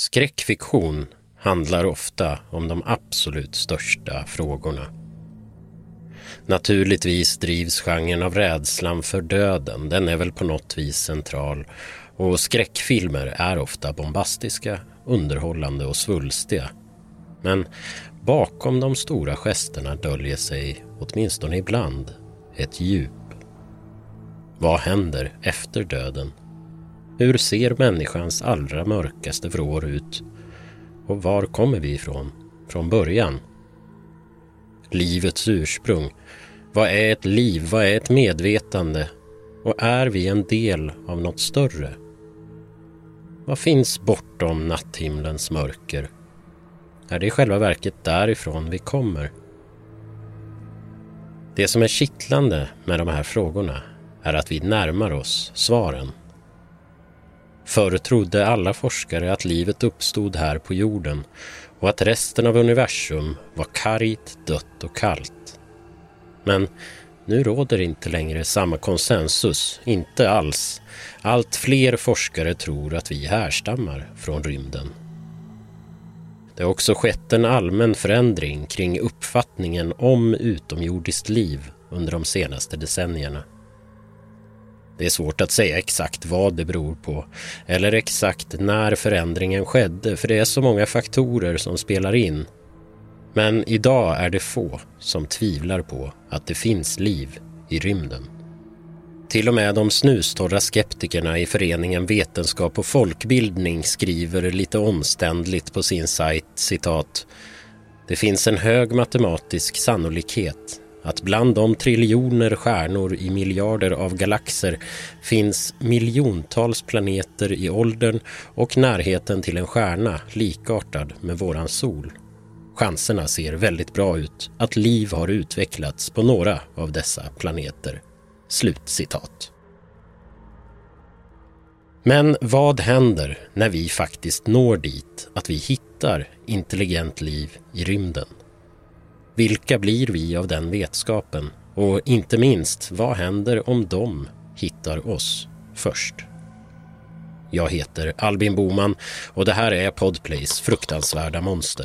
Skräckfiktion handlar ofta om de absolut största frågorna. Naturligtvis drivs genren av rädslan för döden, den är väl på något vis central, och skräckfilmer är ofta bombastiska, underhållande och svulstiga. Men bakom de stora gesterna döljer sig, åtminstone ibland, ett djup. Vad händer efter döden? Hur ser människans allra mörkaste vrår ut? Och var kommer vi ifrån? Från början? Livets ursprung. Vad är ett liv? Vad är ett medvetande? Och är vi en del av något större? Vad finns bortom natthimlens mörker? Är det i själva verket därifrån vi kommer? Det som är kittlande med de här frågorna är att vi närmar oss svaren. Förr trodde alla forskare att livet uppstod här på jorden och att resten av universum var kargt, dött och kallt. Men nu råder inte längre samma konsensus, inte alls. Allt fler forskare tror att vi härstammar från rymden. Det har också skett en allmän förändring kring uppfattningen om utomjordiskt liv under de senaste decennierna. Det är svårt att säga exakt vad det beror på eller exakt när förändringen skedde, för det är så många faktorer som spelar in. Men idag är det få som tvivlar på att det finns liv i rymden. Till och med de snustorra skeptikerna i föreningen Vetenskap och folkbildning skriver lite omständligt på sin sajt, citat: "Det finns en hög matematisk sannolikhet att bland de triljoner stjärnor i miljarder av galaxer finns miljontals planeter i åldern och närheten till en stjärna likartad med våran sol. Chanserna ser väldigt bra ut att liv har utvecklats på några av dessa planeter." Slutcitat. Men vad händer när vi faktiskt når dit att vi hittar intelligent liv i rymden? Vilka blir vi av den vetskapen? Och inte minst, vad händer om de hittar oss först? Jag heter Albin Boman och det här är Podplays fruktansvärda monster.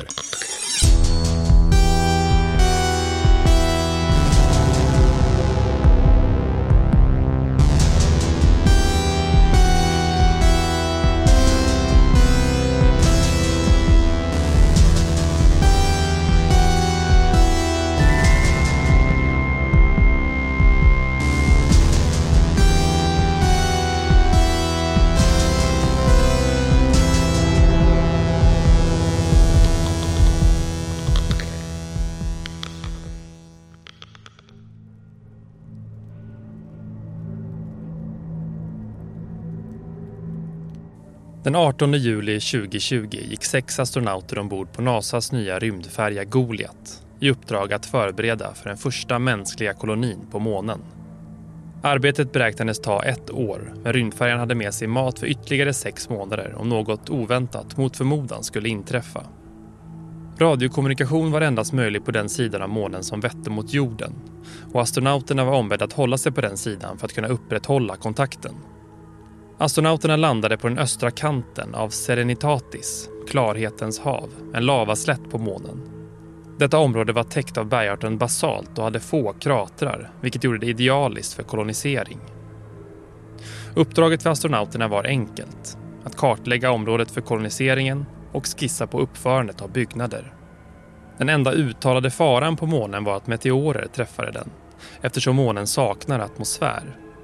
Den 18 juli 2020 gick 6 astronauter ombord på NASAs nya rymdfärja Goliat i uppdrag att förbereda för den första mänskliga kolonin på månen. Arbetet beräknades ta 1 år, men rymdfärjan hade med sig mat för ytterligare 6 månader om något oväntat mot förmodan skulle inträffa. Radiokommunikation var endast möjlig på den sidan av månen som vette mot jorden, och astronauterna var ombedda att hålla sig på den sidan för att kunna upprätthålla kontakten. Astronauterna landade på den östra kanten av Serenitatis, klarhetens hav, en lavaslätt på månen. Detta område var täckt av bergarten basalt och hade få kratrar, vilket gjorde det idealiskt för kolonisering. Uppdraget för astronauterna var enkelt: att kartlägga området för koloniseringen och skissa på uppförandet av byggnader. Den enda uttalade faran på månen var att meteorer träffade den, eftersom månen saknar atmosfär.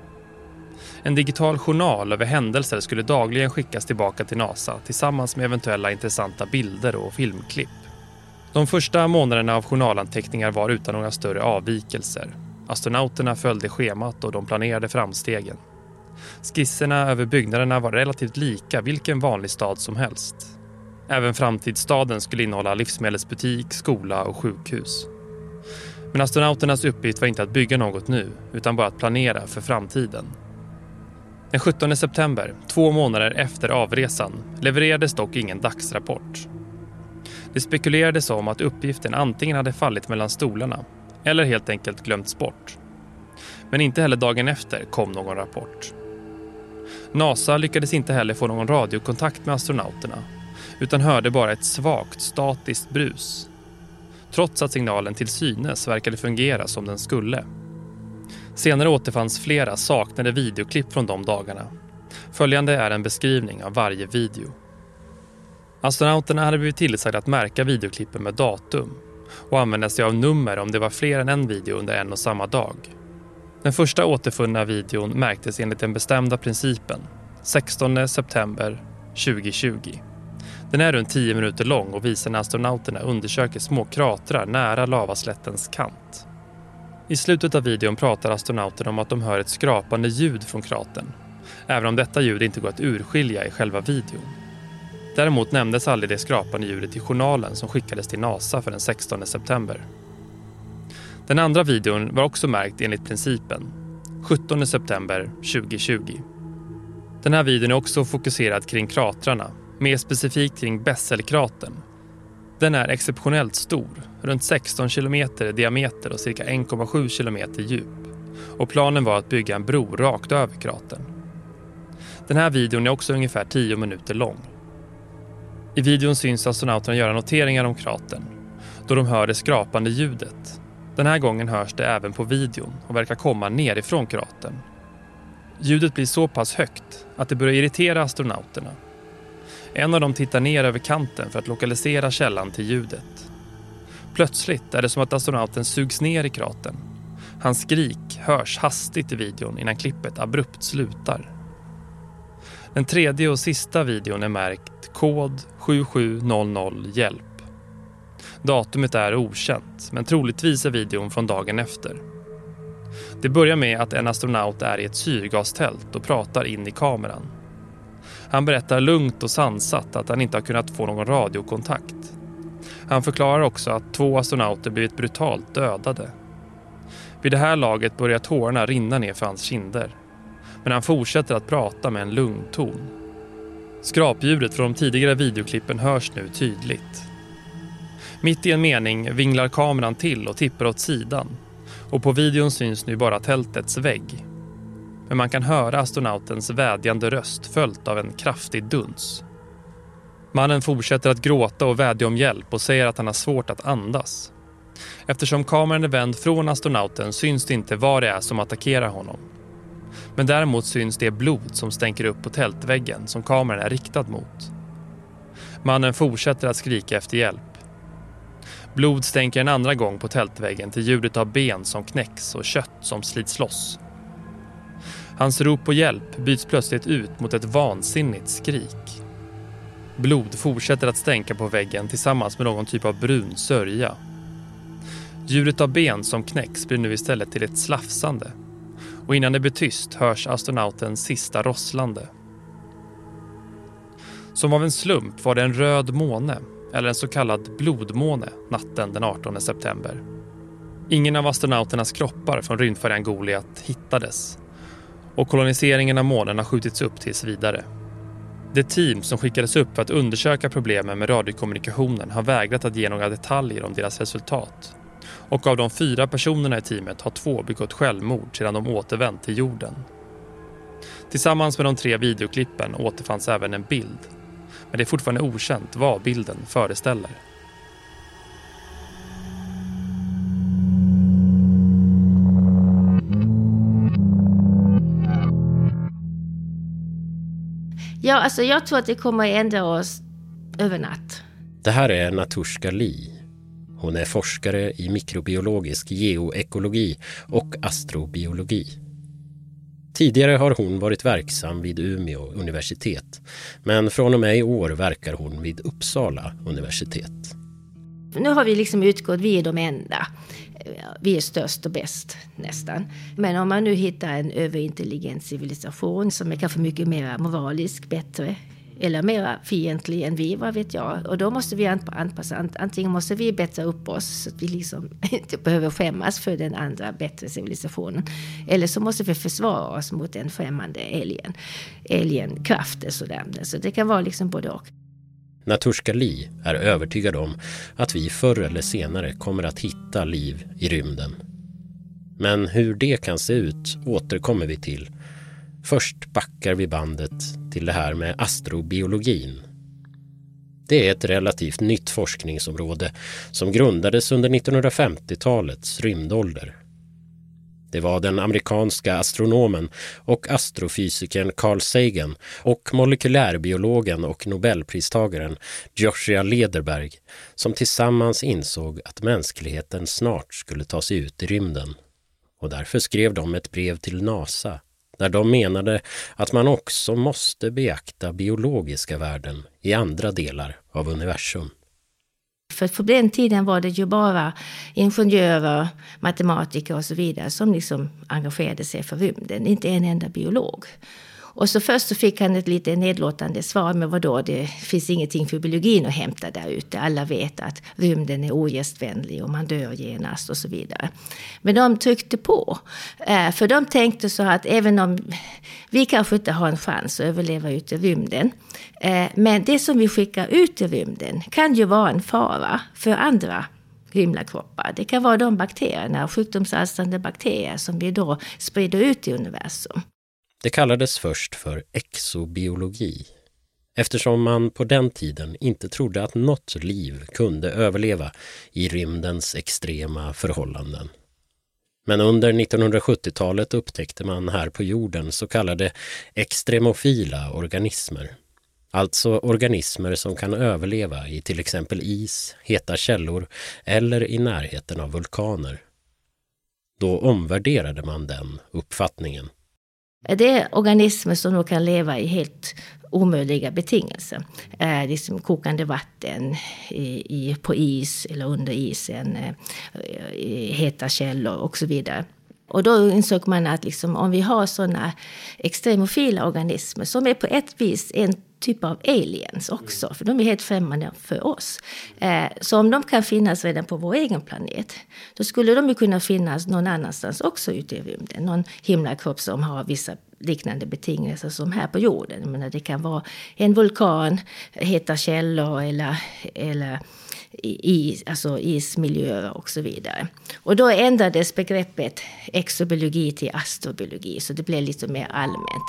En digital journal över händelser skulle dagligen skickas tillbaka till NASA tillsammans med eventuella intressanta bilder och filmklipp. De första månaderna av journalanteckningar var utan några större avvikelser. Astronauterna följde schemat och de planerade framstegen. Skisserna över byggnaderna var relativt lika vilken vanlig stad som helst. Även framtidsstaden skulle innehålla livsmedelsbutik, skola och sjukhus. Men astronauternas uppgift var inte att bygga något nu, utan bara att planera för framtiden. Den 17 september, 2 månader efter avresan, levererades dock ingen dagsrapport. Det spekulerades om att uppgiften antingen hade fallit mellan stolarna eller helt enkelt glömts bort. Men inte heller dagen efter kom någon rapport. NASA lyckades inte heller få någon radiokontakt med astronauterna utan hörde bara ett svagt statiskt brus. Trots att signalen till synes verkade fungera som den skulle. Senare återfanns flera saknade videoklipp från de dagarna. Följande är en beskrivning av varje video. Astronauterna hade blivit tillsagda att märka videoklippen med datum och använda sig av nummer om det var fler än en video under en och samma dag. Den första återfunna videon märktes enligt den bestämda principen 16 september 2020. Den är runt 10 minuter lång och visar när astronauterna undersöker små kratrar nära lavaslättens kant. I slutet av videon pratar astronauterna om att de hör ett skrapande ljud från kratern, även om detta ljud inte går att urskilja i själva videon. Däremot nämndes aldrig det skrapande ljudet i journalen som skickades till NASA för den 16 september. Den andra videon var också märkt enligt principen 17 september 2020. Den här videon är också fokuserad kring kratrarna, mer specifikt kring Besselkratern. Den är exceptionellt stor, runt 16 kilometer i diameter och cirka 1,7 kilometer djup. Och planen var att bygga en bro rakt över kratern. Den här videon är också ungefär 10 minuter lång. I videon syns astronauterna göra noteringar om kratern, då de hör det skrapande ljudet. Den här gången hörs det även på videon och verkar komma nerifrån kratern. Ljudet blir så pass högt att det börjar irritera astronauterna. En av dem tittar ner över kanten för att lokalisera källan till ljudet. Plötsligt är det som att astronauten sugs ner i kratern. Hans skrik hörs hastigt i videon innan klippet abrupt slutar. Den tredje och sista videon är märkt kod 7700 hjälp. Datumet är okänt, men troligtvis är videon från dagen efter. Det börjar med att en astronaut är i ett syrgastält och pratar in i kameran. Han berättar lugnt och sansat att han inte har kunnat få någon radiokontakt. Han förklarar också att 2 astronauter blivit brutalt dödade. Vid det här laget börjar tårarna rinna ner för hans kinder. Men han fortsätter att prata med en lugn ton. Skrapljudet från de tidigare videoklippen hörs nu tydligt. Mitt i en mening vinglar kameran till och tippar åt sidan. Och på videon syns nu bara tältets vägg. Men man kan höra astronautens vädjande röst följt av en kraftig duns. Mannen fortsätter att gråta och vädja om hjälp och säger att han har svårt att andas. Eftersom kameran är vänd från astronauten syns det inte vad det är som attackerar honom. Men däremot syns det blod som stänker upp på tältväggen som kameran är riktad mot. Mannen fortsätter att skrika efter hjälp. Blod stänker en andra gång på tältväggen till ljudet av ben som knäcks och kött som slits loss. Hans rop på hjälp byts plötsligt ut mot ett vansinnigt skrik. Blod fortsätter att stänka på väggen tillsammans med någon typ av brun sörja. Ljudet av ben som knäcks blir nu istället till ett slafsande. Och innan det blir tyst hörs astronautens sista rosslande. Som av en slump var det en röd måne, eller en så kallad blodmåne, natten den 18 september. Ingen av astronauternas kroppar från rymdfärjan Goliat hittades. Och koloniseringen av månen har skjutits upp tills vidare. Det team som skickades upp för att undersöka problemen med radiokommunikationen har vägrat att ge några detaljer om deras resultat. Och av de 4 personerna i teamet har 2 begått självmord sedan de återvänt till jorden. Tillsammans med de 3 videoklippen återfanns även en bild. Men det är fortfarande okänt vad bilden föreställer. Ja, alltså jag tror att det kommer att ändra oss över natt. Det här är Natushka Lee. Hon är forskare i mikrobiologisk geoekologi och astrobiologi. Tidigare har hon varit verksam vid Umeå universitet, men från och med i år verkar hon vid Uppsala universitet. Nu har vi liksom utgått, vi är de enda. Vi är störst och bäst nästan. Men om man nu hittar en överintelligent civilisation som är kanske mycket mer moralisk, bättre eller mer fientlig än vi, vad vet jag. Och då måste vi anpassa. Antingen måste vi bättra upp oss så att vi liksom inte behöver skämmas för den andra bättre civilisationen. Eller så måste vi försvara oss mot en främmande alienkrafter. Så det kan vara liksom både och. Natushka Lee är övertygad om att vi förr eller senare kommer att hitta liv i rymden. Men hur det kan se ut återkommer vi till. Först backar vi bandet till det här med astrobiologin. Det är ett relativt nytt forskningsområde som grundades under 1950-talets rymdålder. Det var den amerikanska astronomen och astrofysikern Carl Sagan och molekylärbiologen och nobelpristagaren Joshua Lederberg som tillsammans insåg att mänskligheten snart skulle ta sig ut i rymden. Och därför skrev de ett brev till NASA där de menade att man också måste beakta biologiska värden i andra delar av universum. För på den tiden var det ju bara ingenjörer, matematiker och så vidare som liksom engagerade sig för rymden, inte en enda biolog. Och så först så fick han ett lite nedlåtande svar, men vadå, det finns ingenting för biologin att hämta där ute. Alla vet att rymden är ogästvänlig och man dör genast och så vidare. Men de tryckte på, för de tänkte så att även om vi kanske inte har en chans att överleva ut i rymden, men det som vi skickar ut i rymden kan ju vara en fara för andra himlakroppar. Det kan vara de bakterierna, sjukdomsalstrande bakterier som vi då sprider ut i universum. Det kallades först för exobiologi, eftersom man på den tiden inte trodde att något liv kunde överleva i rymdens extrema förhållanden. Men under 1970-talet upptäckte man här på jorden så kallade extremofila organismer. Alltså organismer som kan överleva i till exempel is, heta källor eller i närheten av vulkaner. Då omvärderade man den uppfattningen. Det är organismer som då kan leva i helt omöjliga betingelser. Liksom kokande vatten på is eller under isen, i heta källor och så vidare. Och då insåg man att liksom, om vi har sådana extremofila organismer som är på ett vis en typ av aliens också, för de är helt främmande för oss. Så om de kan finnas redan på vår egen planet, då skulle de ju kunna finnas någon annanstans också ute i rymden. Någon himlakropp som har vissa liknande betingelser som här på jorden. Jag menar, det kan vara en vulkan, heta källor eller ismiljöer och så vidare. Och då ändrades begreppet exobiologi till astrobiologi, så det blev lite mer allmänt.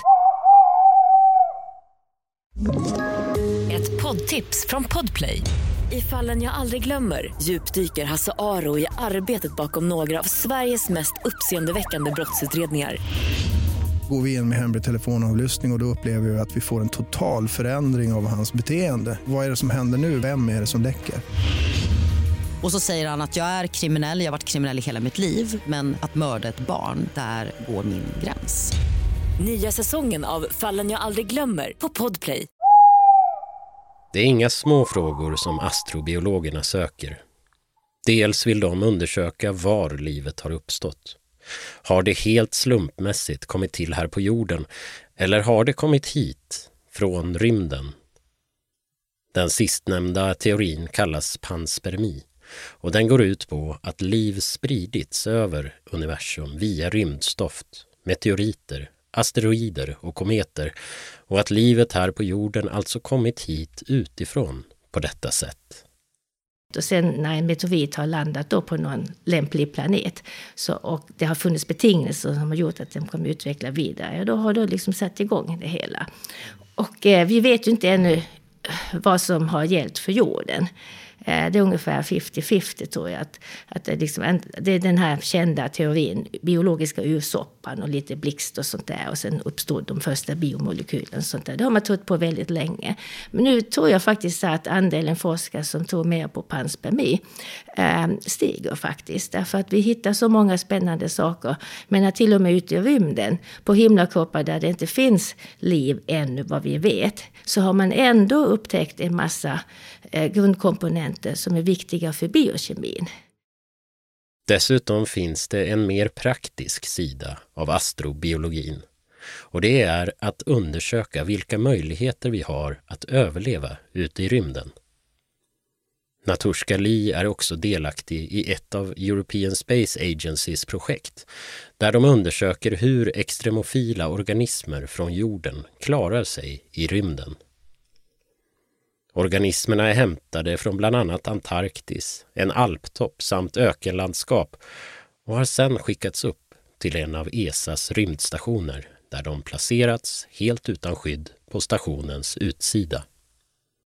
Ett poddtips från Podplay. I Fallen jag aldrig glömmer djupdyker Hasse Aro i arbetet bakom några av Sveriges mest uppseendeväckande brottsutredningar. Går vi in med hemlig telefonavlyssning och då upplever vi att vi får en total förändring av hans beteende. Vad är det som händer nu? Vem är det som läcker? Och så säger han att jag är kriminell, jag har varit kriminell i hela mitt liv. Men att mörda ett barn, där går min gräns. Nya säsongen av Fallen jag aldrig glömmer på Podplay. Det är inga små frågor som astrobiologerna söker. Dels vill de undersöka var livet har uppstått. Har det helt slumpmässigt kommit till här på jorden eller har det kommit hit från rymden? Den sistnämnda teorin kallas panspermi och den går ut på att liv spridits över universum via rymdstoft, meteoriter, asteroider och kometer och att livet här på jorden alltså kommit hit utifrån på detta sätt. Och sen när en meteorit har landat då på någon lämplig planet och det har funnits betingelser som har gjort att den kommer utveckla vidare, då har det liksom satt igång det hela. Och vi vet ju inte ännu vad som har gällt för jorden. Det är ungefär 50-50 tror jag. Att det är den här kända teorin, biologiska ursoppan och lite blixt och sånt där. Och sen uppstod de första biomolekylerna och sånt där. Det har man trott på väldigt länge. Men nu tror jag faktiskt att andelen forskare som tror mer på panspermi stiger faktiskt. Därför att vi hittar så många spännande saker. Men att till och med ute i rymden, på himlakroppar där det inte finns liv ännu vad vi vet, så har man ändå upptäckt en massa grundkomponenter som är viktiga för biokemin. Dessutom finns det en mer praktisk sida av astrobiologin. Och det är att undersöka vilka möjligheter vi har att överleva ute i rymden. Natushka Lee är också delaktig i ett av European Space Agencys projekt där de undersöker hur extremofila organismer från jorden klarar sig i rymden. Organismerna är hämtade från bland annat Antarktis, en alptopp samt ökenlandskap och har sedan skickats upp till en av ESAs rymdstationer där de placerats helt utan skydd på stationens utsida.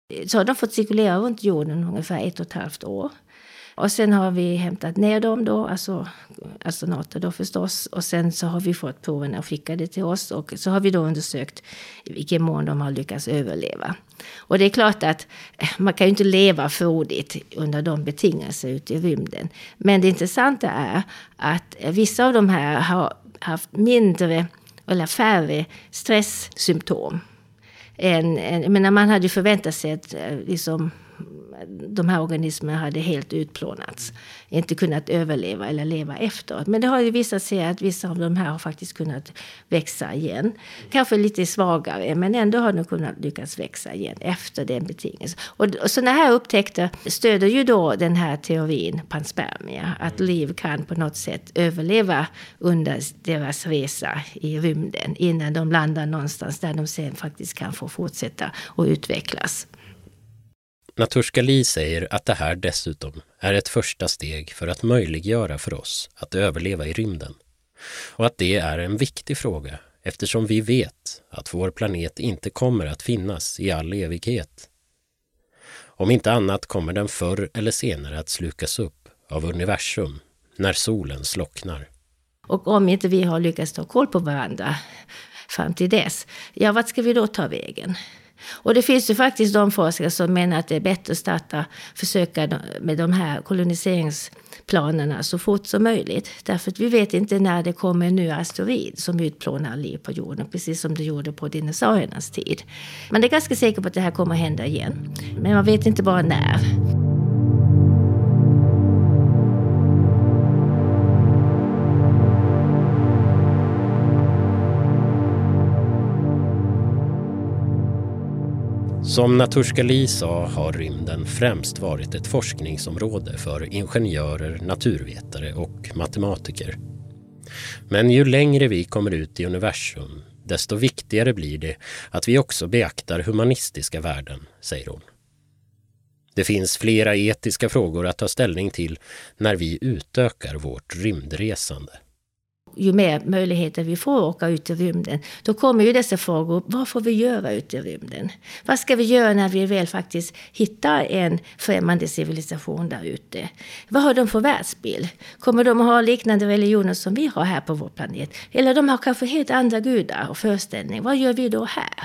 Så har de fått cirkulera runt jorden ungefär 1,5 år. Och sen har vi hämtat ner dem då, alltså astronauter då förstås. Och sen så har vi fått proverna och skickade till oss. Och så har vi då undersökt i vilken mån de har lyckats överleva. Och det är klart att man kan ju inte leva frodigt under de betingelser ute i rymden. Men det intressanta är att vissa av de här har haft mindre eller färre stresssymptom. Men man hade ju förväntat sig att liksom, de här organismerna hade helt utplånats. Inte kunnat överleva eller leva efteråt. Men det har ju visat sig att vissa av de här har faktiskt kunnat växa igen. Kanske lite svagare, men ändå har de kunnat lyckas växa igen efter den betingelsen. Och sådana här upptäckter stöder ju då den här teorin panspermia. Att liv kan på något sätt överleva under deras resa i rymden. Innan de landar någonstans där de sen faktiskt kan få fortsätta och utvecklas. Natushka Lee säger att det här dessutom är ett första steg för att möjliggöra för oss att överleva i rymden. Och att det är en viktig fråga eftersom vi vet att vår planet inte kommer att finnas i all evighet. Om inte annat kommer den förr eller senare att slukas upp av universum när solen slocknar. Och om inte vi har lyckats ta koll på varandra fram till dess, ja, vart ska vi då ta vägen? Och det finns ju faktiskt de forskare som menar att det är bättre att försöka med de här koloniseringsplanerna så fort som möjligt. Därför att vi vet inte när det kommer en ny asteroid som utplånar liv på jorden, precis som det gjorde på dinosauriernas tid. Man är ganska säker på att det här kommer att hända igen. Men man vet inte bara när. Som Natushka Lee sa har rymden främst varit ett forskningsområde för ingenjörer, naturvetare och matematiker. Men ju längre vi kommer ut i universum, desto viktigare blir det att vi också beaktar humanistiska värden, säger hon. Det finns flera etiska frågor att ta ställning till när vi utökar vårt rymdresande. Ju mer möjligheter vi får åka ut i rymden, då kommer ju dessa frågor, vad får vi göra ut i rymden? Vad ska vi göra när vi väl faktiskt hittar en främmande civilisation där ute? Vad har de för världsbild? Kommer de att ha liknande religioner som vi har här på vår planet? Eller de har kanske helt andra gudar och föreställningar. Vad gör vi då här?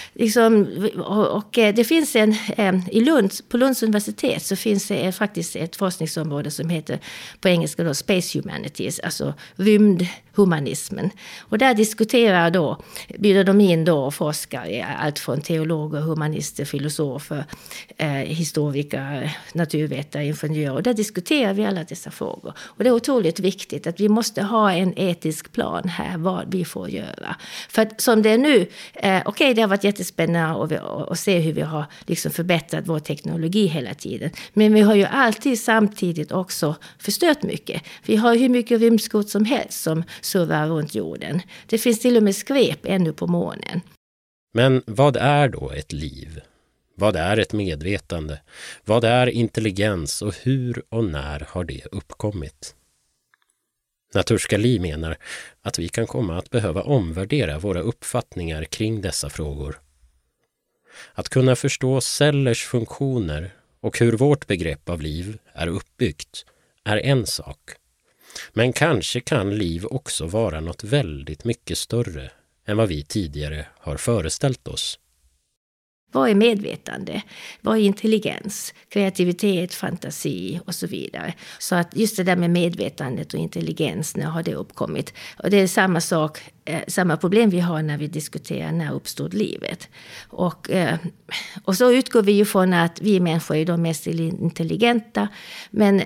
Och det finns i Lund, på Lunds universitet så finns det faktiskt ett forskningsområde som heter på engelska då Space Humanities, alltså rymdhumanismen. Och där bjuder de in då forskare, allt från teologer, humanister, filosofer, historiker, naturvetare, ingenjörer. Och där diskuterar vi alla dessa frågor. Och det är otroligt viktigt att vi måste ha en etisk plan här, vad vi får göra. För att som det är nu, det har varit jättespännande att se hur vi har liksom förbättrat vår teknologi hela tiden. Men vi har ju alltid samtidigt också förstört mycket. Vi har hur mycket rymdskrot som helst som surrar runt jorden. Det finns till och med skräp ännu på månen. Men vad är då ett liv? Vad är ett medvetande? Vad är intelligens och hur och när har det uppkommit? Natushka Lee menar att vi kan komma att behöva omvärdera våra uppfattningar kring dessa frågor. Att kunna förstå cellers funktioner och hur vårt begrepp av liv är uppbyggt är en sak. Men kanske kan liv också vara något väldigt mycket större än vad vi tidigare har föreställt oss. Vad är medvetande? Vad är intelligens? Kreativitet, fantasi och så vidare. Så att just det där med medvetandet och intelligens, när har det uppkommit? Och det är samma sak, samma problem vi har när vi diskuterar när uppstod livet. Och så utgår vi ju från att vi människor är de mest intelligenta, men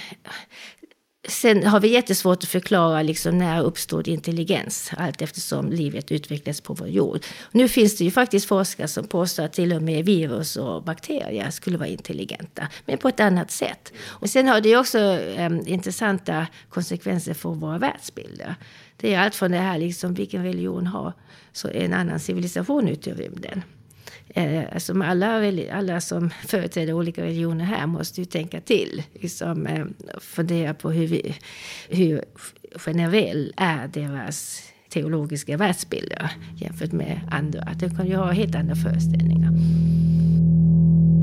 sen har vi jättesvårt att förklara liksom när uppstod intelligens, allt eftersom livet utvecklas på vår jord. Nu finns det ju faktiskt forskare som påstår att till och med virus och bakterier skulle vara intelligenta, men på ett annat sätt. Och sen har det ju också intressanta konsekvenser för våra världsbilder. Det är allt från det här liksom, vilken religion har så en annan civilisation ute i rymden. Alltså alla som företräder olika religioner här måste ju tänka till, liksom, fundera på hur generell är deras teologiska världsbilder jämfört med andra. Att de kan ju ha helt andra föreställningar.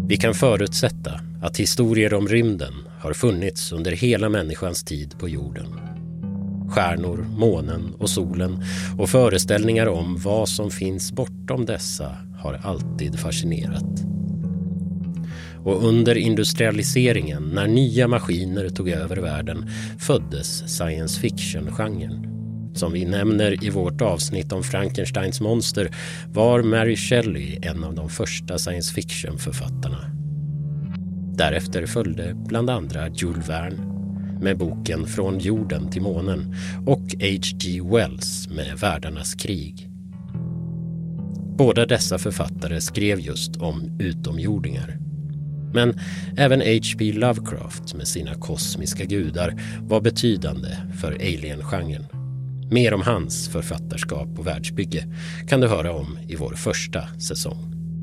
Vi kan förutsätta att historier om rymden har funnits under hela människans tid på jorden. Stjärnor, månen och solen och föreställningar om vad som finns bortom dessa har alltid fascinerat. Och under industrialiseringen, när nya maskiner tog över världen, föddes science fiction-genren. Som vi nämner i vårt avsnitt om Frankensteins monster var Mary Shelley en av de första science fiction-författarna. Därefter följde bland andra Jules Verne med boken Från jorden till månen och H.G. Wells med Världarnas krig. Båda dessa författare skrev just om utomjordingar. Men även H.P. Lovecraft med sina kosmiska gudar var betydande för alien-genren. Mer om hans författarskap och världsbygge kan du höra om i vår första säsong.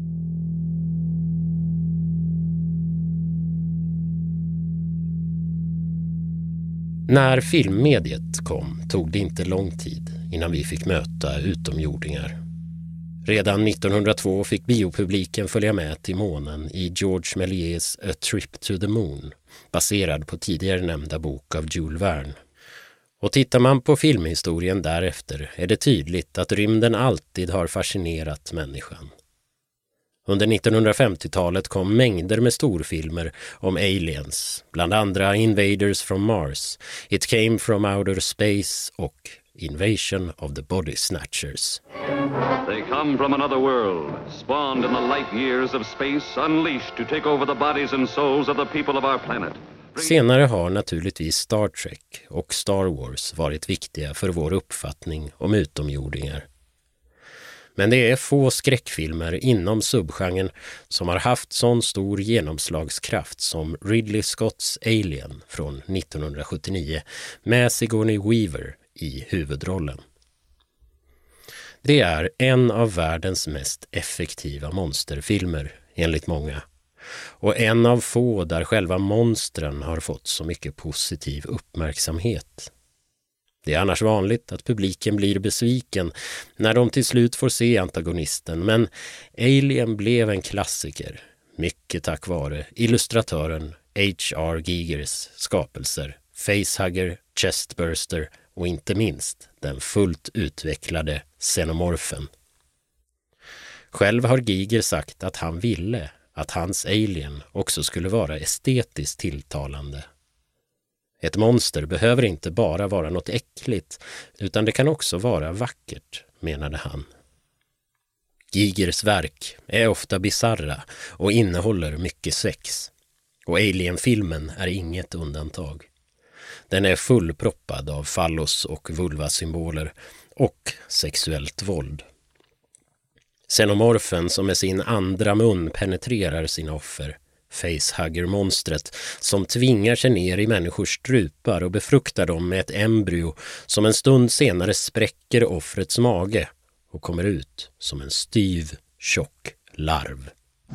När filmmediet kom tog det inte lång tid innan vi fick möta utomjordingar. Redan 1902 fick biopubliken följa med till månen i George Méliès A Trip to the Moon, baserad på tidigare nämnda bok av Jules Verne. Och tittar man på filmhistorien därefter är det tydligt att rymden alltid har fascinerat människan. Under 1950-talet kom mängder med storfilmer om aliens, bland andra Invaders from Mars, It Came from Outer Space och Invasion of the Body Snatchers. They come from another world, spawned in the light years of space, unleashed to take over the bodies and souls of the people of our planet. Senare har naturligtvis Star Trek och Star Wars varit viktiga för vår uppfattning om utomjordingar. Men det är få skräckfilmer inom subgenren som har haft sån stor genomslagskraft som Ridley Scotts Alien från 1979 med Sigourney Weaver i huvudrollen. Det är en av världens mest effektiva monsterfilmer enligt många. Och en av få där själva monstren har fått så mycket positiv uppmärksamhet. Det är annars vanligt att publiken blir besviken när de till slut får se antagonisten, men Alien blev en klassiker, mycket tack vare illustratören H.R. Gigers skapelser, Facehugger, Chestburster och inte minst den fullt utvecklade xenomorfen. Själv har Giger sagt att han ville att hans Alien också skulle vara estetiskt tilltalande. Ett monster behöver inte bara vara något äckligt, utan det kan också vara vackert, menade han. Gigers verk är ofta bizarra och innehåller mycket sex. Och Alien-filmen är inget undantag. Den är fullproppad av fallos- och vulvasymboler och sexuellt våld. Xenomorfen som med sin andra mun penetrerar sina offer, Facehugger-monstret som tvingar sig ner i människors strupar och befruktar dem med ett embryo som en stund senare spräcker offrets mage och kommer ut som en styv, tjock larv.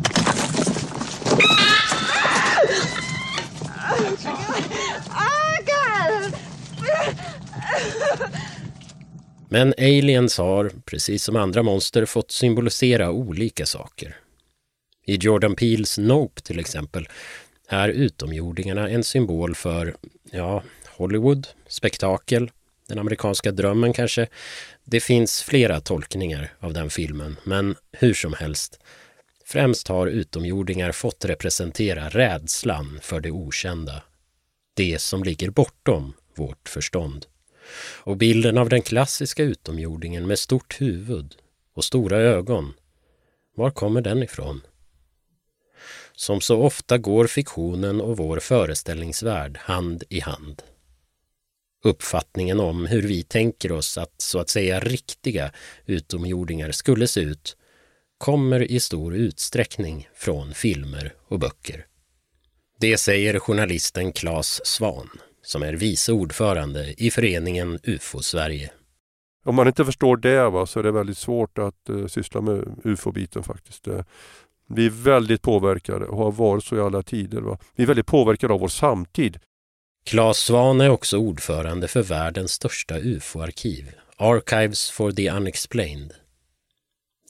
Men aliens har, precis som andra monster, fått symbolisera olika saker. I Jordan Peels Nope till exempel är utomjordingarna en symbol för, Hollywood, spektakel, den amerikanska drömmen kanske. Det finns flera tolkningar av den filmen, men hur som helst. Främst har utomjordingar fått representera rädslan för det okända. Det som ligger bortom vårt förstånd. Och bilden av den klassiska utomjordingen med stort huvud och stora ögon, var kommer den ifrån? Som så ofta går fiktionen och vår föreställningsvärld hand i hand. Uppfattningen om hur vi tänker oss att så att säga riktiga utomjordingar skulle se ut kommer i stor utsträckning från filmer och böcker. Det säger journalisten Claes Svan, som är vice ordförande i föreningen UFO-Sverige. Om man inte förstår det så är det väldigt svårt att syssla med UFO-biten faktiskt. Vi är väldigt påverkade och har varit så i alla tider. Vi är väldigt påverkade av vår samtid. Claes Svan är också ordförande för världens största UFO-arkiv, Archives for the Unexplained.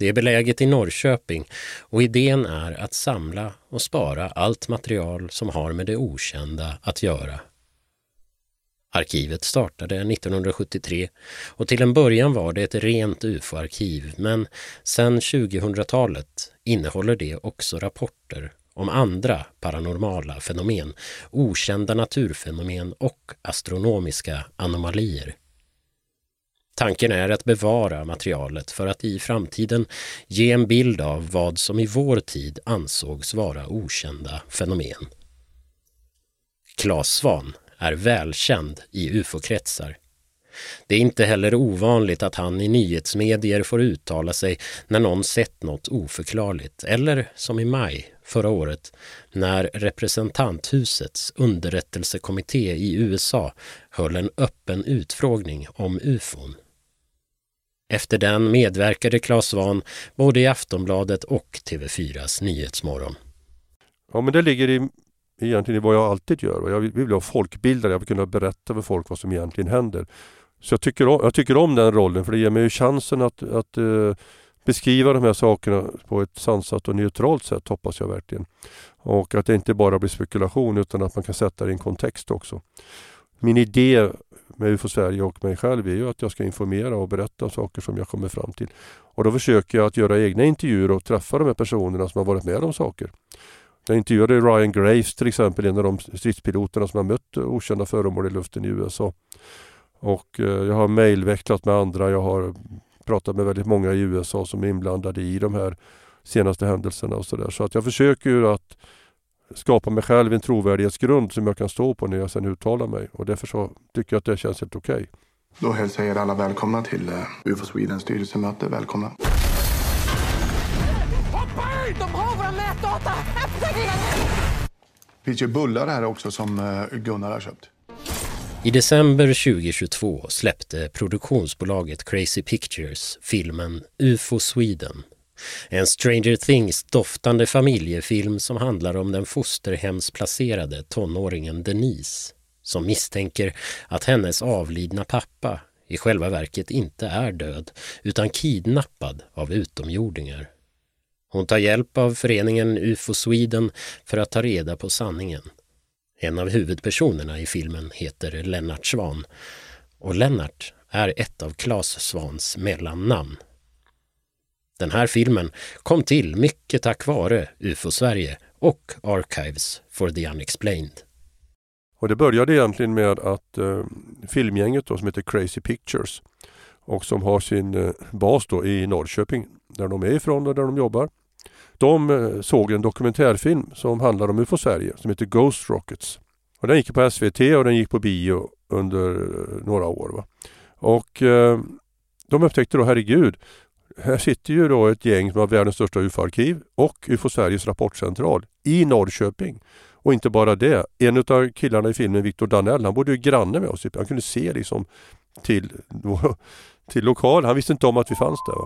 Det är beläget i Norrköping och idén är att samla och spara allt material som har med det okända att göra. Arkivet startade 1973 och till en början var det ett rent UFO-arkiv, men sedan 2000-talet innehåller det också rapporter om andra paranormala fenomen, okända naturfenomen och astronomiska anomalier. Tanken är att bevara materialet för att i framtiden ge en bild av vad som i vår tid ansågs vara okända fenomen. Claes Svahn är välkänd i UFO-kretsar. Det är inte heller ovanligt att han i nyhetsmedier får uttala sig när någon sett något oförklarligt, eller som i maj förra året när representanthusets underrättelsekommitté i USA höll en öppen utfrågning om UFOn. Efter den medverkade Claes Svahn både i Aftonbladet och TV4s Nyhetsmorgon. Ja, men det ligger egentligen i vad jag alltid gör. Jag vill ha folkbildare, jag vill kunna berätta för folk vad som egentligen händer. Så jag tycker om den rollen, för det ger mig ju chansen att beskriva de här sakerna på ett sansat och neutralt sätt, hoppas jag verkligen. Och att det inte bara blir spekulation utan att man kan sätta det i en kontext också. Min idé med UFO Sverige och mig själv är ju att jag ska informera och berätta saker som jag kommer fram till. Och då försöker jag att göra egna intervjuer och träffa de här personerna som har varit med om saker. Jag intervjuade Ryan Graves till exempel, en av de stridspiloterna som har mött okända föremål i luften i USA. Och jag har mejlväxlat med andra, jag har pratat med väldigt många i USA som är inblandade i de här senaste händelserna och sådär. Så att jag försöker ju att skapa mig själv en trovärdighetsgrund som jag kan stå på när jag sedan uttalar mig. Och därför så tycker jag att det känns helt okej. Då hälsar jag er alla välkomna till UFO Swedens styrelsemöte. Välkomna. Hoppa ut! De har våra mätdata! Öppna grejen! Det finns ju bullar här också som Gunnar har köpt. I december 2022 släppte produktionsbolaget Crazy Pictures filmen UFO Sweden. En Stranger Things-doftande familjefilm som handlar om den fosterhemsplacerade tonåringen Denise som misstänker att hennes avlidna pappa i själva verket inte är död utan kidnappad av utomjordingar. Hon tar hjälp av föreningen UFO Sweden för att ta reda på sanningen. En av huvudpersonerna i filmen heter Lennart Svahn och Lennart är ett av Claes Svahns mellannamn. Den här filmen kom till mycket tack vare UFO Sverige och Archives for the Unexplained. Och det började egentligen med att filmgänget då, som heter Crazy Pictures och som har sin bas då i Norrköping där de är ifrån och där de jobbar. De såg en dokumentärfilm som handlar om UFO Sverige som heter Ghost Rockets. Och den gick på SVT och den gick på bio under några år. Va? Och de upptäckte då, herregud, här sitter ju då ett gäng som har världens största UFO-arkiv och UFO Sveriges rapportcentral i Norrköping. Och inte bara det. En av killarna i filmen, Victor Danell, han bodde ju granne med oss. Han kunde se liksom till lokal. Han visste inte om att vi fanns där. Va?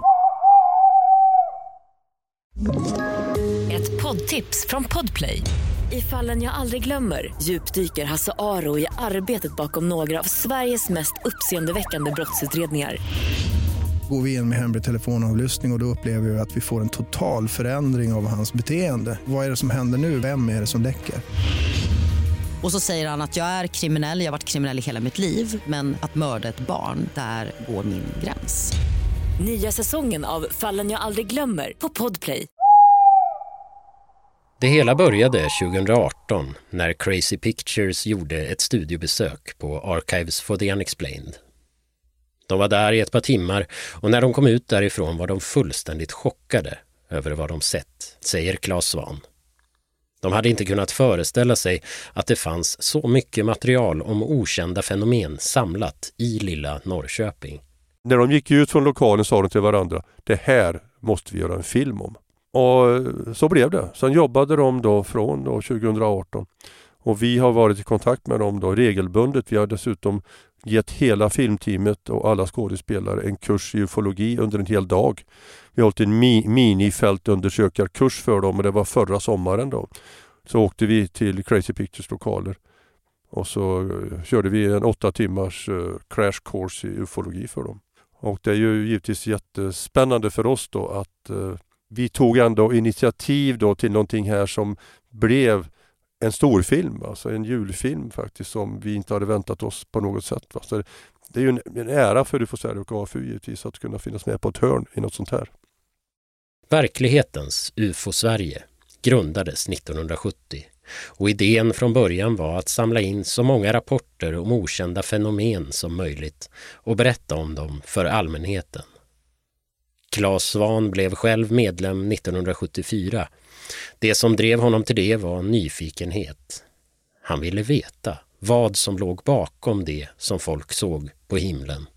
Ett poddtips från Podplay. I Fallen jag aldrig glömmer djupdyker Hasse Aro i arbetet bakom några av Sveriges mest uppseendeväckande brottsutredningar. Går vi in med hemlig telefonavlyssning och då upplever vi att vi får en total förändring av hans beteende. Vad är det som händer nu? Vem är det som läcker? Och så säger han att jag är kriminell, jag har varit kriminell i hela mitt liv. Men att mörda ett barn, där går min gräns. Nya säsongen av Fallen jag aldrig glömmer på Podplay. Det hela började 2018 när Crazy Pictures gjorde ett studiebesök på Archives for the Unexplained. De var där i ett par timmar och när de kom ut därifrån var de fullständigt chockade över vad de sett, säger Claes Svahn. De hade inte kunnat föreställa sig att det fanns så mycket material om okända fenomen samlat i lilla Norrköping. När de gick ut från lokalen sa de till varandra, det här måste vi göra en film om. Och så blev det. Sen jobbade de då från 2018 och vi har varit i kontakt med dem då regelbundet. Vi har dessutom gett hela filmteamet och alla skådespelare en kurs i ufologi under en hel dag. Vi har hållit en minifältundersökarkurs för dem och det var förra sommaren då. Så åkte vi till Crazy Pictures lokaler och så körde vi en 8 timmars crash course i ufologi för dem. Och det är ju givetvis jättespännande för oss då att vi tog ändå initiativ då till någonting här som blev en storfilm, alltså en julfilm faktiskt, som vi inte hade väntat oss på något sätt. Va? Så det är ju en ära för UFO Sverige och AFU givetvis att kunna finnas med på ett hörn i något sånt här. Verklighetens UFO Sverige grundades 1970 och idén från början var att samla in så många rapporter om okända fenomen som möjligt och berätta om dem för allmänheten. Claes Svahn blev själv medlem 1974. Det som drev honom till det var nyfikenhet. Han ville veta vad som låg bakom det som folk såg på himlen.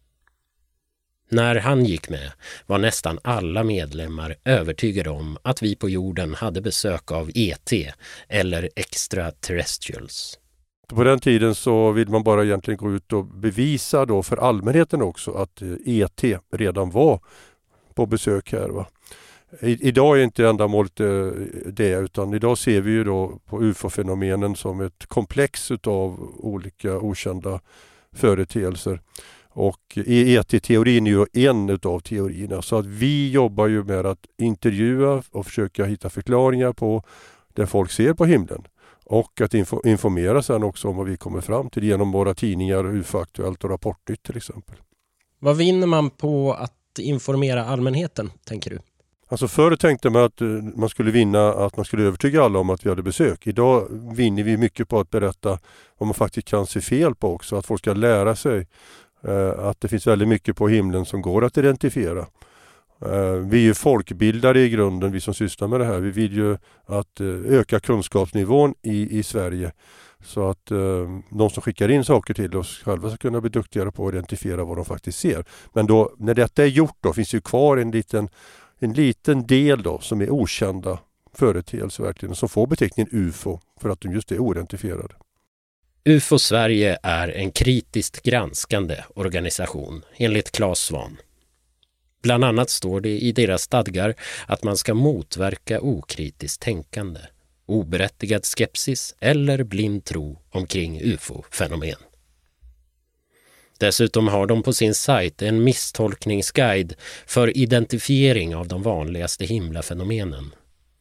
När han gick med var nästan alla medlemmar övertygade om att vi på jorden hade besök av ET eller extraterrestrials. På den tiden så vill man bara egentligen gå ut och bevisa då för allmänheten också att ET redan var på besök här. Va? Idag är inte ändamålet det, utan idag ser vi ju då på UFO-fenomenen som ett komplex av olika okända företeelser. Och ET-teorin är ju en utav teorierna, så att vi jobbar ju med att intervjua och försöka hitta förklaringar på det folk ser på himlen. Och att informera sen också om vad vi kommer fram till genom våra tidningar, UFO-aktuellt och Rapportnytt till exempel. Vad vinner man på att informera allmänheten, tänker du? Alltså förr tänkte man att man skulle vinna, att man skulle övertyga alla om att vi hade besök. Idag vinner vi mycket på att berätta vad man faktiskt kan se fel på också. Att folk ska lära sig att det finns väldigt mycket på himlen som går att identifiera. Vi är ju folkbildare i grunden, vi som sysslar med det här. Vi vill ju att öka kunskapsnivån i Sverige så att de som skickar in saker till oss själva ska kunna bli duktigare på att identifiera vad de faktiskt ser. Men då, när detta är gjort då, finns ju kvar en liten del då som är okända företeelser verkligen, som får beteckningen UFO för att de just är oidentifierade. UFO Sverige är en kritiskt granskande organisation enligt Claes Svahn. Bland annat står det i deras stadgar att man ska motverka okritiskt tänkande, oberättigad skepsis eller blind tro omkring UFO-fenomen. Dessutom har de på sin sajt en misstolkningsguide för identifiering av de vanligaste himlafenomenen.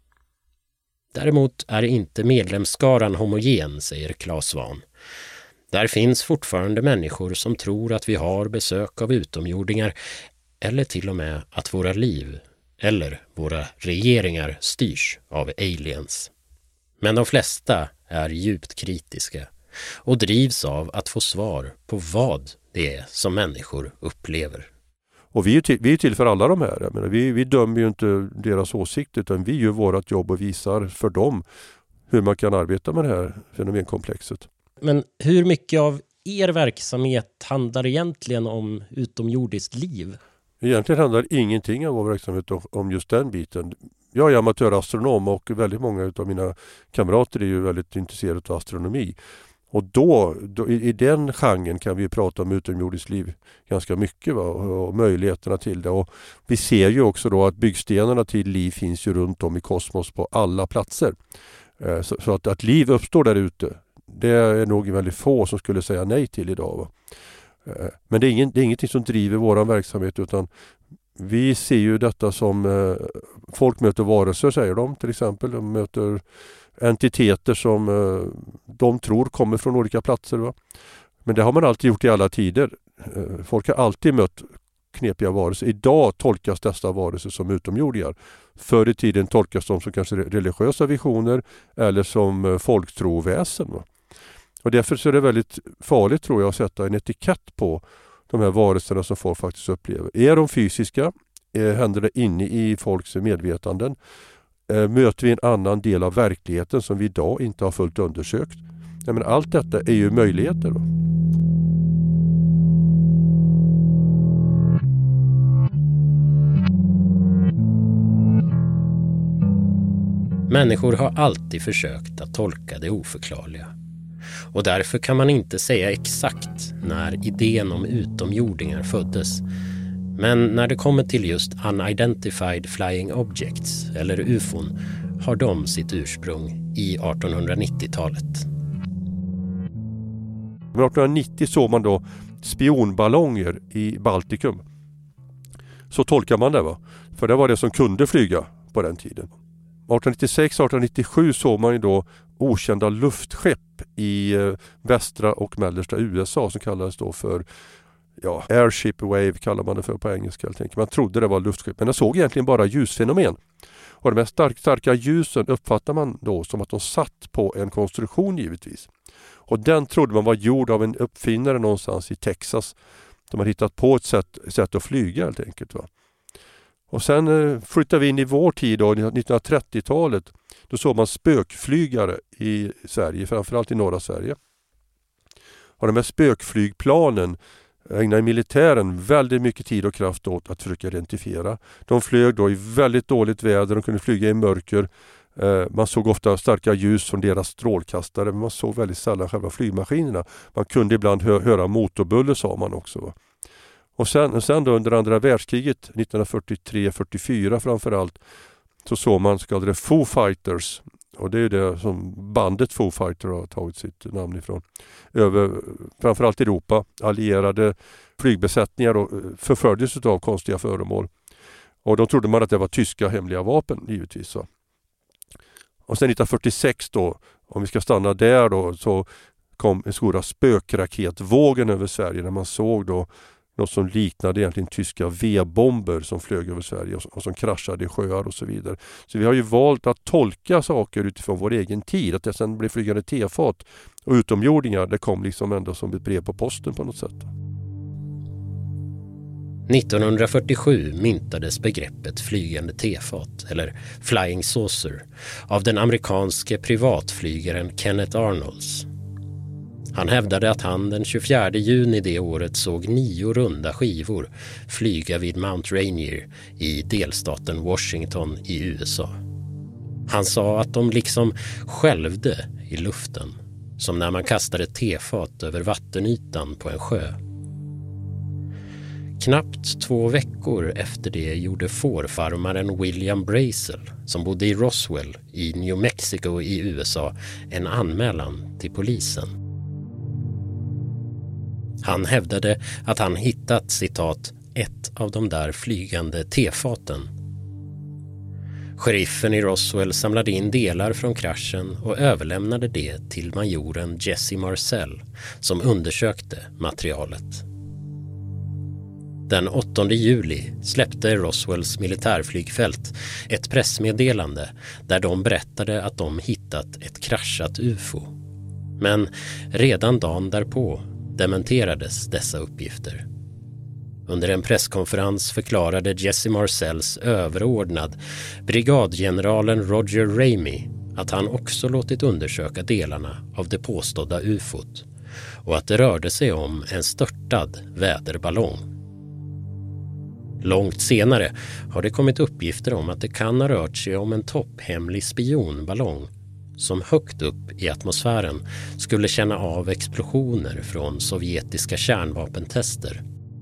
Däremot är inte medlemsskaran homogen, säger Claes Svahn. Där finns fortfarande människor som tror att vi har besök av utomjordingar eller till och med att våra liv eller våra regeringar styrs av aliens. Men de flesta är djupt kritiska och drivs av att få svar på vad det är som människor upplever. Och vi är till för alla de här. Jag menar, vi dömer ju inte deras åsikter, utan vi gör vårt jobb och visar för dem hur man kan arbeta med det här fenomenkomplexet. Men hur mycket av er verksamhet handlar egentligen om utomjordiskt liv? Egentligen handlar ingenting av vår verksamhet om just den biten. Jag är amatörastronom och väldigt många av mina kamrater är ju väldigt intresserade av astronomi. Och då i den genren kan vi prata om utomjordiskt liv ganska mycket, va? Och möjligheterna till det. Och vi ser ju också då att byggstenarna till liv finns ju runt om i kosmos på alla platser. Så att liv uppstår där ute, det är nog väldigt få som skulle säga nej till idag. Va? Men det är ingenting som driver våran verksamhet, utan vi ser ju detta som folk möter varelser, säger de till exempel. De möter entiteter som de tror kommer från olika platser. Va? Men det har man alltid gjort i alla tider. Folk har alltid mött knepiga varelser. Idag tolkas dessa varelser som utomjordingar. Förr i tiden tolkas de som kanske religiösa visioner eller som folktroväsen. Va? Och därför så är det väldigt farligt, tror jag, att sätta en etikett på de här varelserna som folk faktiskt upplever. Är de fysiska? Händer det inne i folks medvetanden? Möter vi en annan del av verkligheten som vi idag inte har fullt undersökt? Ja, men allt detta är ju möjligheter. Då. Människor har alltid försökt att tolka det oförklarliga. Och därför kan man inte säga exakt när idén om utomjordingar föddes. Men när det kommer till just Unidentified Flying Objects, eller UFOn, har de sitt ursprung i 1890-talet. 1890 såg man då spionballonger i Baltikum. Så tolkar man det, va? För det var det som kunde flyga på den tiden. 1896-1897 såg man ju då okända luftskepp i västra och mellersta USA som kallades då för airship wave kallar man det för på engelska helt enkelt. Man trodde det var luftskepp, men det såg egentligen bara ljusfenomen. Och de här starka ljusen uppfattar man då som att de satt på en konstruktion givetvis. Och den trodde man var gjord av en uppfinnare någonstans i Texas. De har hittat på ett sätt att flyga helt enkelt, va. Och sen flyttar vi in i vår tid då, 1930-talet. Då såg man spökflygare i Sverige, framförallt i norra Sverige. Och de här spökflygplanen ägnar militären väldigt mycket tid och kraft åt att försöka identifiera. De flög då i väldigt dåligt väder, de kunde flyga i mörker. Man såg ofta starka ljus från deras strålkastare, men man såg väldigt sällan själva flygmaskinerna. Man kunde ibland höra motorbuller, sa man också, va? Och sen då under andra världskriget 1943-44 framförallt så såg man så kallade Foo Fighters, och det är ju det som bandet Foo Fighters har tagit sitt namn ifrån, över framförallt Europa. Allierade flygbesättningar och förföljdes av konstiga föremål, och då trodde man att det var tyska hemliga vapen givetvis, va? Och sen 1946 då, om vi ska stanna där då, så kom en stora spökraketvågen över Sverige när man såg då något som liknade egentligen tyska V-bomber som flög över Sverige och som kraschade i sjöar och så vidare. Så vi har ju valt att tolka saker utifrån vår egen tid. Att det sen blev flygande tefat och utomjordingar, det kom liksom ändå som ett brev på posten på något sätt. 1947 myntades begreppet flygande tefat, eller flying saucer, av den amerikanske privatflygaren Kenneth Arnolds. Han hävdade att han den 24 juni det året såg 9 runda skivor flyga vid Mount Rainier i delstaten Washington i USA. Han sa att de liksom skälvde i luften, som när man kastade tefat över vattenytan på en sjö. Knappt 2 veckor efter det gjorde fårfarmaren William Brazel, som bodde i Roswell i New Mexico i USA, en anmälan till polisen. Han hävdade att han hittat, citat, ett av de där flygande tefaten. Sheriffen i Roswell samlade in delar från kraschen och överlämnade det till majoren Jesse Marcel, som undersökte materialet. Den 8 juli släppte Roswells militärflygfält ett pressmeddelande där de berättade att de hittat ett kraschat UFO. Men redan dagen därpå dementerades dessa uppgifter. Under en presskonferens förklarade Jesse Marcels överordnad, brigadgeneralen Roger Ramey, att han också låtit undersöka delarna av det påstådda UFOt och att det rörde sig om en störtad väderballong. Långt senare har det kommit uppgifter om att det kan ha rört sig om en topphemlig spionballong som högt upp i atmosfären skulle känna av explosioner från sovjetiska kärnvapentester.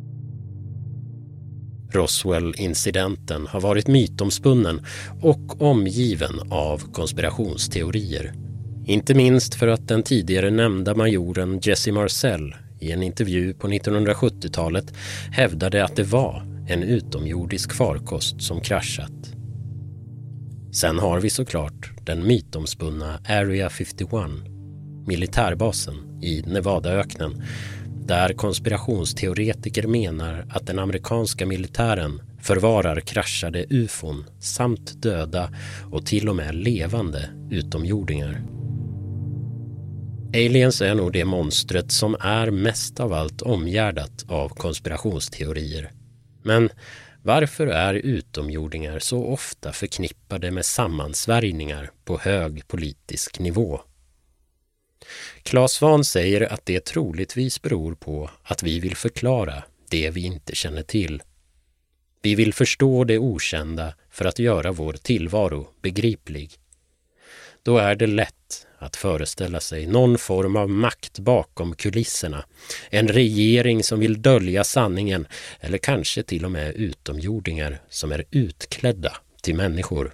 Roswell-incidenten har varit mytomspunnen och omgiven av konspirationsteorier. Inte minst för att den tidigare nämnda majoren Jesse Marcel i en intervju på 1970-talet hävdade att det var en utomjordisk farkost som kraschat. Sen har vi såklart den mytomspunna Area 51, militärbasen i Nevadaöknen, där konspirationsteoretiker menar att den amerikanska militären förvarar kraschade UFOn samt döda och till och med levande utomjordingar. Aliens är nog det monstret som är mest av allt omgärdat av konspirationsteorier. Men varför är utomjordingar så ofta förknippade med sammansvärjningar på hög politisk nivå? Claes Svahn säger att det troligtvis beror på att vi vill förklara det vi inte känner till. Vi vill förstå det okända för att göra vår tillvaro begriplig. Då är det lätt att föreställa sig någon form av makt bakom kulisserna, en regering som vill dölja sanningen eller kanske till och med utomjordingar som är utklädda till människor.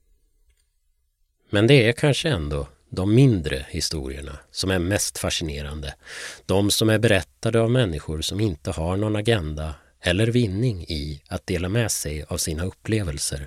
Men det är kanske ändå de mindre historierna som är mest fascinerande, de som är berättade av människor som inte har någon agenda eller vinning i att dela med sig av sina upplevelser.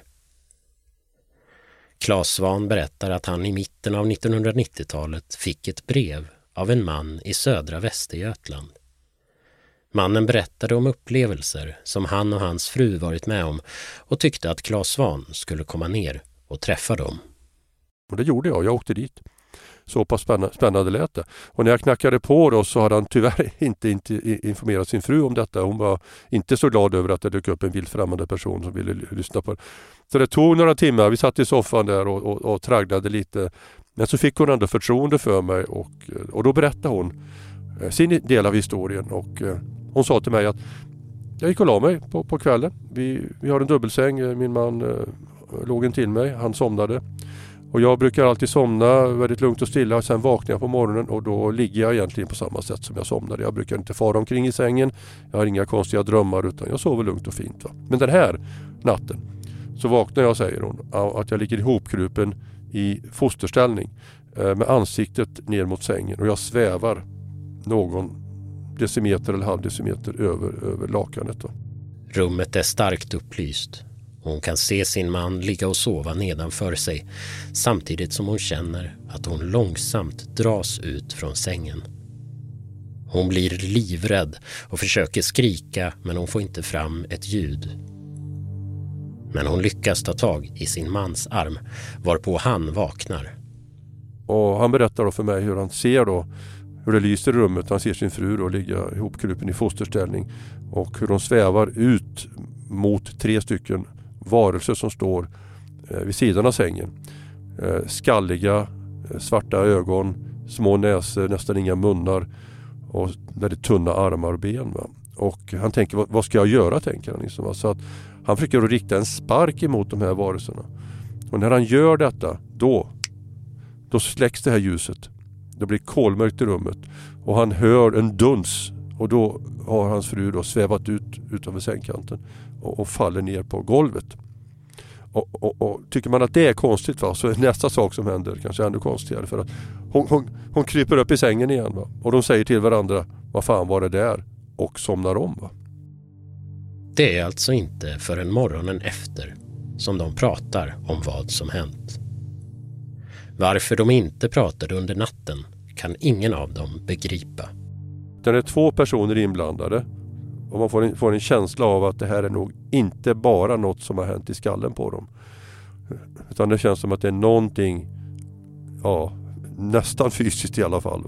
Claes Svahn berättar att han i mitten av 1990-talet fick ett brev av en man i södra Västergötland. Mannen berättade om upplevelser som han och hans fru varit med om och tyckte att Claes Svahn skulle komma ner och träffa dem. Och det gjorde jag åkte dit. Så pass spännande lät det. Och när jag knackade på då så hade han tyvärr inte informerat sin fru om detta. Hon var inte så glad över att det dök upp en vildfrämmande person som ville lyssna på det. Så det tog några timmar. Vi satt i soffan där och tragglade lite. Men så fick hon ändå förtroende för mig och då berättade hon sin del av historien. Och hon sa till mig att jag gick och la mig på kvällen. Vi har en dubbelsäng. Min man låg in till mig. Han somnade. Och jag brukar alltid somna väldigt lugnt och stilla. Sen vaknar jag på morgonen och då ligger jag egentligen på samma sätt som jag somnade. Jag brukar inte fara omkring i sängen. Jag har inga konstiga drömmar utan jag sover lugnt och fint. Va? Men den här natten så vaknar jag, säger hon, att jag ligger ihopkrupen i fosterställning med ansiktet ner mot sängen. Och jag svävar någon decimeter eller halvdecimeter över lakanet. Va? Rummet är starkt upplyst. Hon kan se sin man ligga och sova nedanför sig samtidigt som hon känner att hon långsamt dras ut från sängen. Hon blir livrädd och försöker skrika men hon får inte fram ett ljud. Men hon lyckas ta tag i sin mans arm varpå han vaknar. Och han berättar då för mig hur han ser då hur det lyser i rummet. Han ser sin fru då ligga ihopkrupen i fosterställning och hur de svävar ut mot 3 stycken varelser som står vid sidan av sängen. Skalliga, svarta ögon, små näsor, nästan inga munnar och väldigt tunna armar och ben. Va? Och han tänker, vad ska jag göra, tänker han. Liksom. Så att han försöker att rikta en spark emot de här varelserna. Och när han gör detta, då släcks det här ljuset. Det blir kolmörkt i rummet. Och han hör en duns. Och då har hans fru då svävat ut över sängkanten och faller ner på golvet. Och tycker man att det är konstigt, va, så är nästa sak som händer kanske ännu konstigare. För att hon kryper upp i sängen igen. Va? Och de säger till varandra, vad fan var det där? Och somnar om. Va? Det är alltså inte förrän morgonen efter som de pratar om vad som hänt. Varför de inte pratade under natten kan ingen av dem begripa. Det är 2 personer inblandade och man får en känsla av att det här är nog inte bara något som har hänt i skallen på dem. Utan det känns som att det är någonting, ja, nästan fysiskt i alla fall.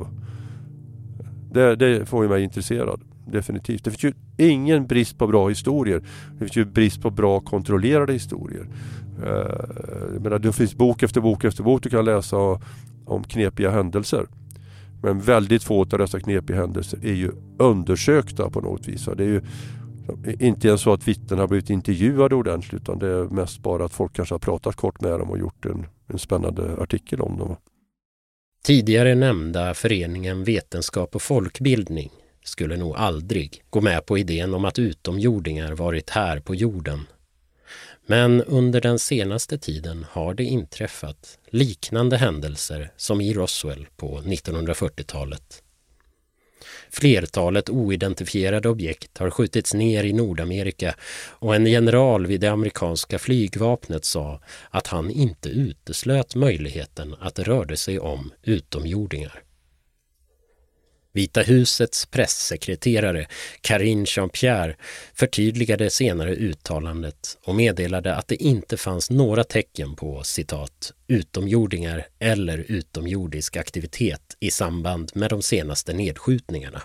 Det får ju mig intresserad, definitivt. Det finns ju ingen brist på bra historier. Det finns ju brist på bra kontrollerade historier. Det finns bok efter bok efter bok du kan läsa om knepiga händelser. Men väldigt få av dessa knepiga händelser är ju undersökta på något vis. Det är ju inte ens så att vittnen har blivit intervjuade ordentligt, utan det är mest bara att folk kanske har pratat kort med dem och gjort en spännande artikel om dem. Tidigare nämnda föreningen Vetenskap och folkbildning skulle nog aldrig gå med på idén om att utomjordingar varit här på jorden. Men under den senaste tiden har det inträffat liknande händelser som i Roswell på 1940-talet. Flertalet oidentifierade objekt har skjutits ner i Nordamerika och en general vid det amerikanska flygvapnet sa att han inte uteslöt möjligheten att det rörde sig om utomjordingar. Vita husets pressekreterare Karine Jean-Pierre förtydligade senare uttalandet och meddelade att det inte fanns några tecken på, citat, utomjordingar eller utomjordisk aktivitet i samband med de senaste nedskjutningarna.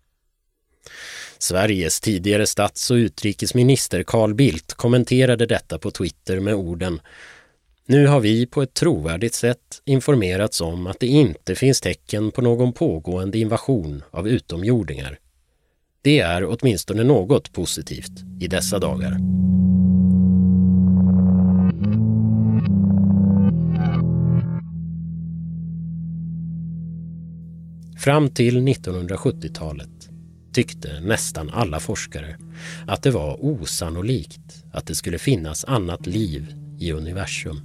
Sveriges tidigare stats- och utrikesminister Carl Bildt kommenterade detta på Twitter med orden: Nu har vi på ett trovärdigt sätt informerats om att det inte finns tecken på någon pågående invasion av utomjordingar. Det är åtminstone något positivt i dessa dagar. Fram till 1970-talet tyckte nästan alla forskare att det var osannolikt att det skulle finnas annat liv i universum.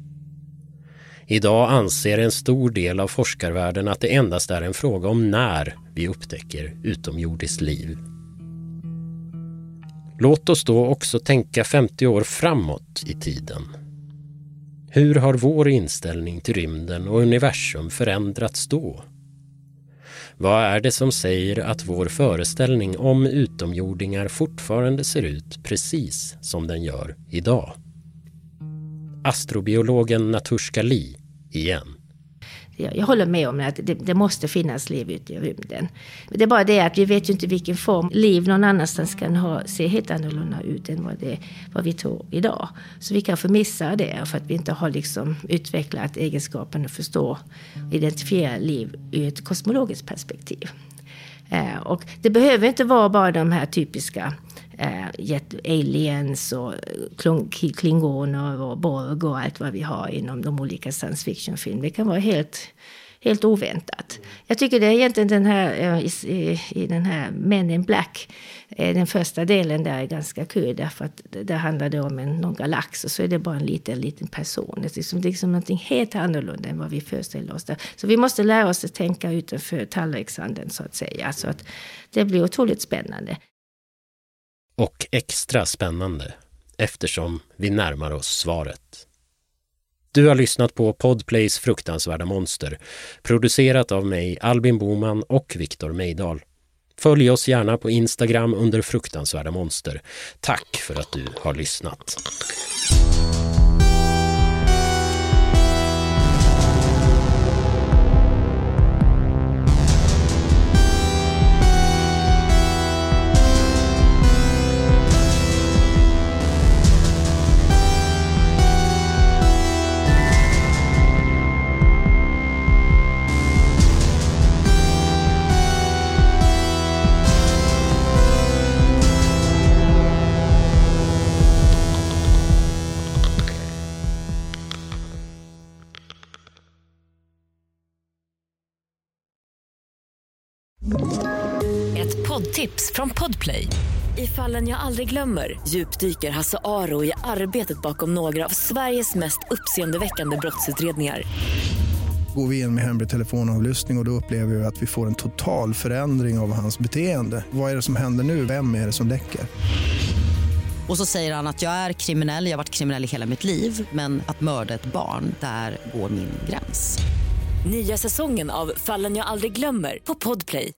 Idag anser en stor del av forskarvärlden att det endast är en fråga om när vi upptäcker utomjordiskt liv. Låt oss då också tänka 50 år framåt i tiden. Hur har vår inställning till rymden och universum förändrats då? Vad är det som säger att vår föreställning om utomjordingar fortfarande ser ut precis som den gör idag? Astrobiologen Natushka Lee igen. Jag håller med om att det måste finnas liv ute i rymden. Det är bara det att vi vet ju inte vilken form liv någon annanstans kan se helt annorlunda ut än vad vi tror idag. Så vi kanske missar det för att vi inte har liksom utvecklat egenskapen att förstå och identifiera liv ur ett kosmologiskt perspektiv. Och det behöver inte vara bara de här typiska aliens och klingoner och Borg och allt vad vi har inom de olika science fiction-film. Det kan vara helt oväntat. Jag tycker det är egentligen den här i den här Men in Black, den första delen där är ganska kul därför att där handlar det om någon galax och så är det bara en liten person. Det är liksom någonting helt annorlunda än vad vi föreställer oss där. Så vi måste lära oss att tänka utanför tallrikssanden så att säga. Så att det blir otroligt spännande. Och extra spännande eftersom vi närmar oss svaret. Du har lyssnat på Podplays fruktansvärda monster, producerat av mig Albin Boman och Viktor Mejdal. Följ oss gärna på Instagram under fruktansvärda monster. Tack för att du har lyssnat. Ett poddtips från Podplay. I Fallen jag aldrig glömmer djupdyker Hasse Aro i arbetet bakom några av Sveriges mest uppseendeväckande brottsutredningar. Går vi in med hemlig telefonavlyssning och då upplever vi att vi får en total förändring av hans beteende. Vad är det som händer nu? Vem är det som läcker? Och så säger han att jag är kriminell, jag har varit kriminell i hela mitt liv. Men att mörda ett barn, där går min gräns. Nya säsongen av Fallen jag aldrig glömmer på Podplay.